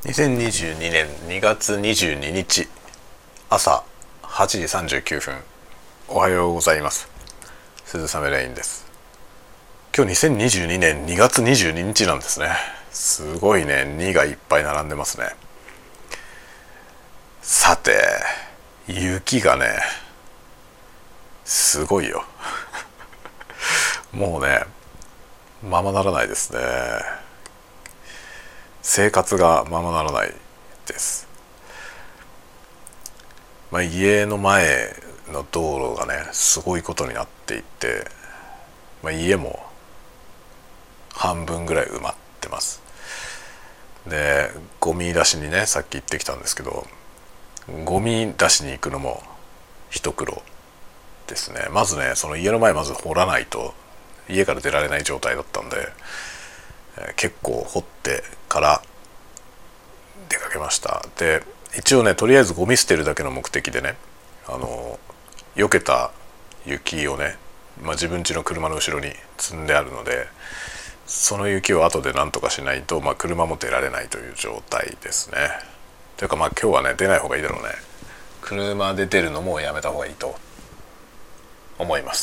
2022年2月22日朝8時39分。おはようございます。鈴雨レインです。今日2022年2月22日なんですね。すごいね、2がいっぱい並んでますね。さて、雪がねすごいよもうねままならないですね。生活がままならないです。家の前の道路がねすごいことになっていて、家も半分ぐらい埋まってます。でゴミ出しにねさっき行ってきたんですけど、ゴミ出しに行くのも一苦労ですね。まずねその家の前まず掘らないと家から出られない状態だったんで、結構掘ってから出かけました。で一応ねとりあえずゴミ捨てるだけの目的でね、避けた雪をね、自分家の車の後ろに積んであるので、その雪を後で何とかしないと、車も出られないという状態ですね。というか今日はね出ない方がいいだろうね。車で出るのもやめた方がいいと思います。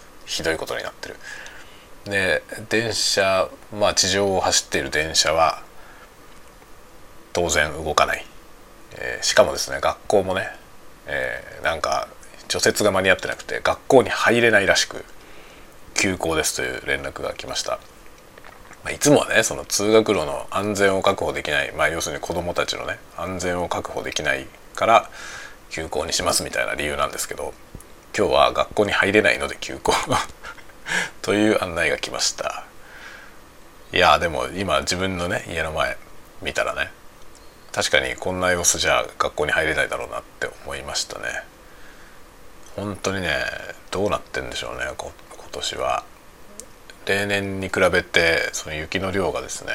ひどいことになってる。で電車、地上を走っている電車は当然動かない。しかもですね学校もね、なんか除雪が間に合ってなくて学校に入れないらしく休校ですという連絡が来ました。いつもはねその通学路の安全を確保できない、要するに子どもたちのね安全を確保できないから休校にしますみたいな理由なんですけど、今日は学校に入れないので休校という案内が来ました。いやでも今自分のね家の前見たらね、確かにこんな様子じゃ学校に入れないだろうなって思いましたね。本当にねどうなってんでしょうね。今年は例年に比べてその雪の量がですね、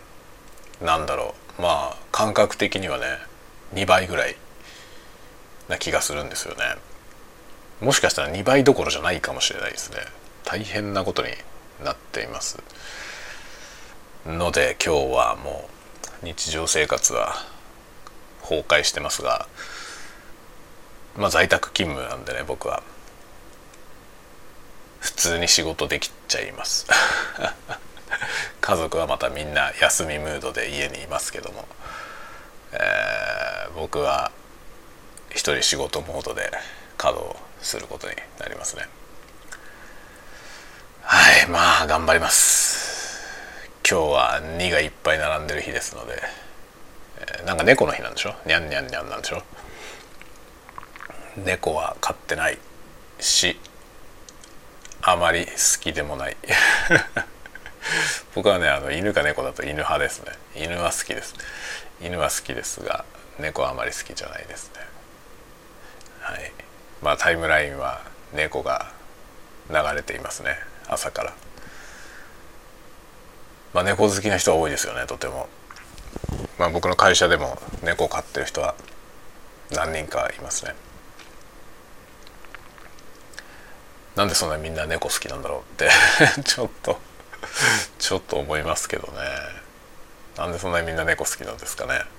感覚的にはね2倍ぐらいな気がするんですよね。もしかしたら2倍どころじゃないかもしれないですね。大変なことになっていますので、今日はもう日常生活は崩壊してますが、在宅勤務なんでね僕は普通に仕事できちゃいます家族はまたみんな休みムードで家にいますけども、僕は一人仕事モードで稼働することになりますね。はい、頑張ります。今日は2がいっぱい並んでる日ですので、なんか猫の日なんでしょ。にゃんにゃんにゃんなんでしょ。猫は飼ってないしあまり好きでもない僕はね犬か猫だと犬派ですね。犬は好きです。犬は好きですが猫はあまり好きじゃないですね。はい、タイムラインは猫が流れていますね、朝から。猫好きな人は多いですよね、とても。僕の会社でも猫を飼ってる人は何人かいますね。なんでそんなみんな猫好きなんだろうってちょっと思いますけどね。なんでそんなにみんな猫好きなんですかね。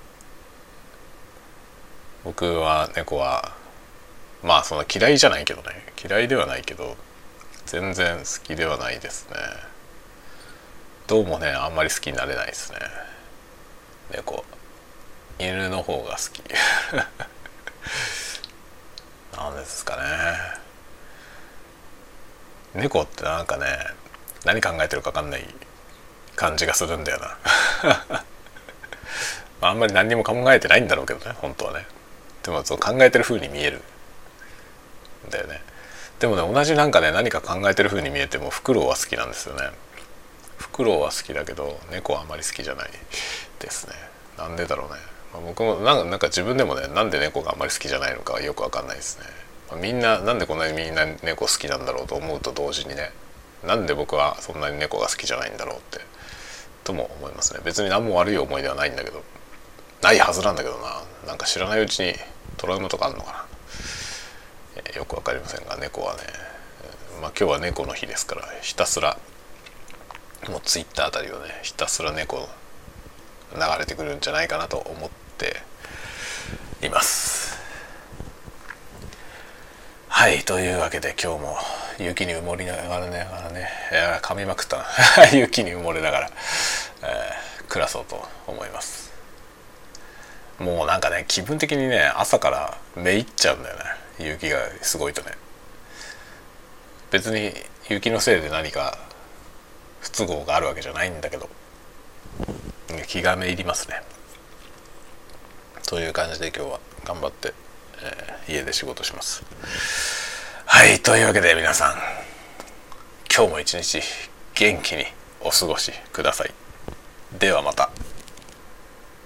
僕は猫はそんな嫌いじゃないけどね、嫌いではないけど全然好きではないですね。どうもねあんまり好きになれないですね、猫。犬の方が好きなんですかね。猫ってなんかね何考えてるか分かんない感じがするんだよなあんまり何にも考えてないんだろうけどね本当はね。でもそう考えてる風に見えるんだよね。でもね同じ何か考えてる風に見えてもフクロウは好きなんですよね。フクロウは好きだけど猫はあまり好きじゃないですね。なんでだろうね。僕もなんか自分でもねなんで猫があんまり好きじゃないのかはよく分かんないですね。みんななんでこんなにみんな猫好きなんだろうと思うと同時にね、なんで僕はそんなに猫が好きじゃないんだろうってとも思いますね。別に何も悪い思い出はないんだけど、ないはずなんだけどな。なんか知らないうちにトラウマとかあるのかな、よくわかりませんが、猫はね、今日は猫の日ですから、ひたすらもうツイッターあたりをねひたすら猫流れてくるんじゃないかなと思っています。はい、というわけで今日も雪に埋もりながらね、噛みまくったな雪に埋もれながら、暮らそうと思います。もうなんかね、気分的にね、朝からめいっちゃうんだよね、雪がすごいとね。別に雪のせいで何か不都合があるわけじゃないんだけど、気がめいりますね。という感じで今日は頑張って、家で仕事します。はい、というわけで皆さん、今日も一日元気にお過ごしください。ではまた。